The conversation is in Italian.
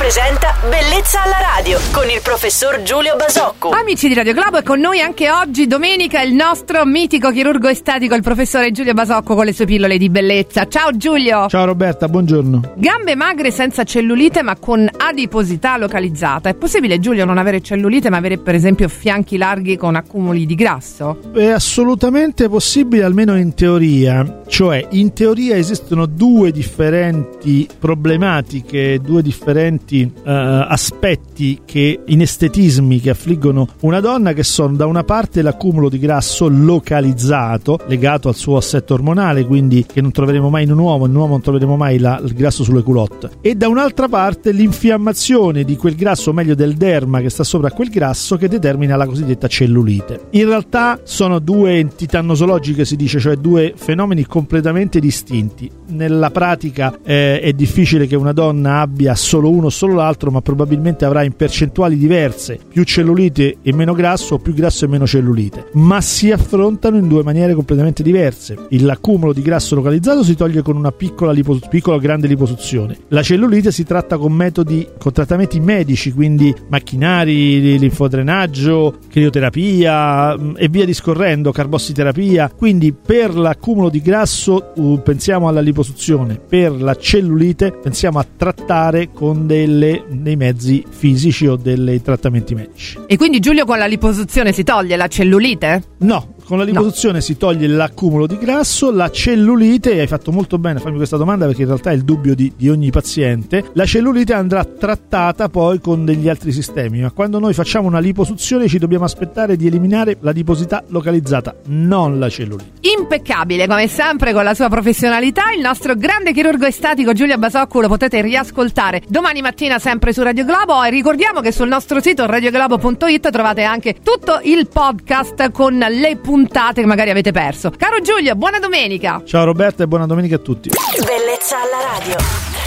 presenta Bellezza alla radio con il professor Giulio Basocco. Amici di Radio Globo, è con noi anche oggi, domenica, il nostro mitico chirurgo estetico, il professore Giulio Basocco, con le sue pillole di bellezza. Ciao Giulio. Ciao Roberta, buongiorno. Gambe magre senza cellulite ma con adiposità localizzata. È possibile, Giulio, non avere cellulite ma avere per esempio fianchi larghi con accumuli di grasso? È assolutamente possibile, almeno in teoria. Cioè, in teoria esistono due differenti problematiche, due differenti aspetti in estetismi che affliggono una donna, che sono da una parte l'accumulo di grasso localizzato legato al suo assetto ormonale, quindi che non troveremo mai in un uomo non troveremo mai il grasso sulle culotte, e da un'altra parte l'infiammazione di quel grasso, o meglio del derma che sta sopra quel grasso, che determina la cosiddetta cellulite. In realtà sono due entità nosologiche, si dice, cioè due fenomeni completamente distinti. Nella pratica è difficile che una donna abbia solo uno o solo l'altro, ma probabilmente avrà in percentuali diverse più cellulite e meno grasso, o più grasso e meno cellulite, ma si affrontano in due maniere completamente diverse. L'accumulo di grasso localizzato si toglie con una piccola o grande liposuzione. La cellulite si tratta con trattamenti medici, quindi macchinari, linfodrenaggio, crioterapia e via discorrendo, carbossiterapia. Quindi per l'accumulo di grasso pensiamo alla liposuzione, per la cellulite pensiamo a trattare con dei mezzi fisici o dei trattamenti medici. E quindi, Giulio, con la liposuzione si toglie la cellulite? No, con la liposuzione si toglie l'accumulo di grasso. La cellulite, hai fatto molto bene a farmi questa domanda, perché in realtà è il dubbio di ogni paziente. La cellulite andrà trattata poi con degli altri sistemi, ma quando noi facciamo una liposuzione ci dobbiamo aspettare di eliminare l'adiposità localizzata, non la cellulite. Impeccabile, come sempre, con la sua professionalità. Il nostro grande chirurgo estetico Giulio Basocco lo potete riascoltare domani mattina sempre su Radio Globo, e ricordiamo che sul nostro sito radioglobo.it trovate anche tutto il podcast con le puntate che magari avete perso. Caro Giulio, buona domenica. Ciao Roberta e buona domenica a tutti. Bellezza alla radio.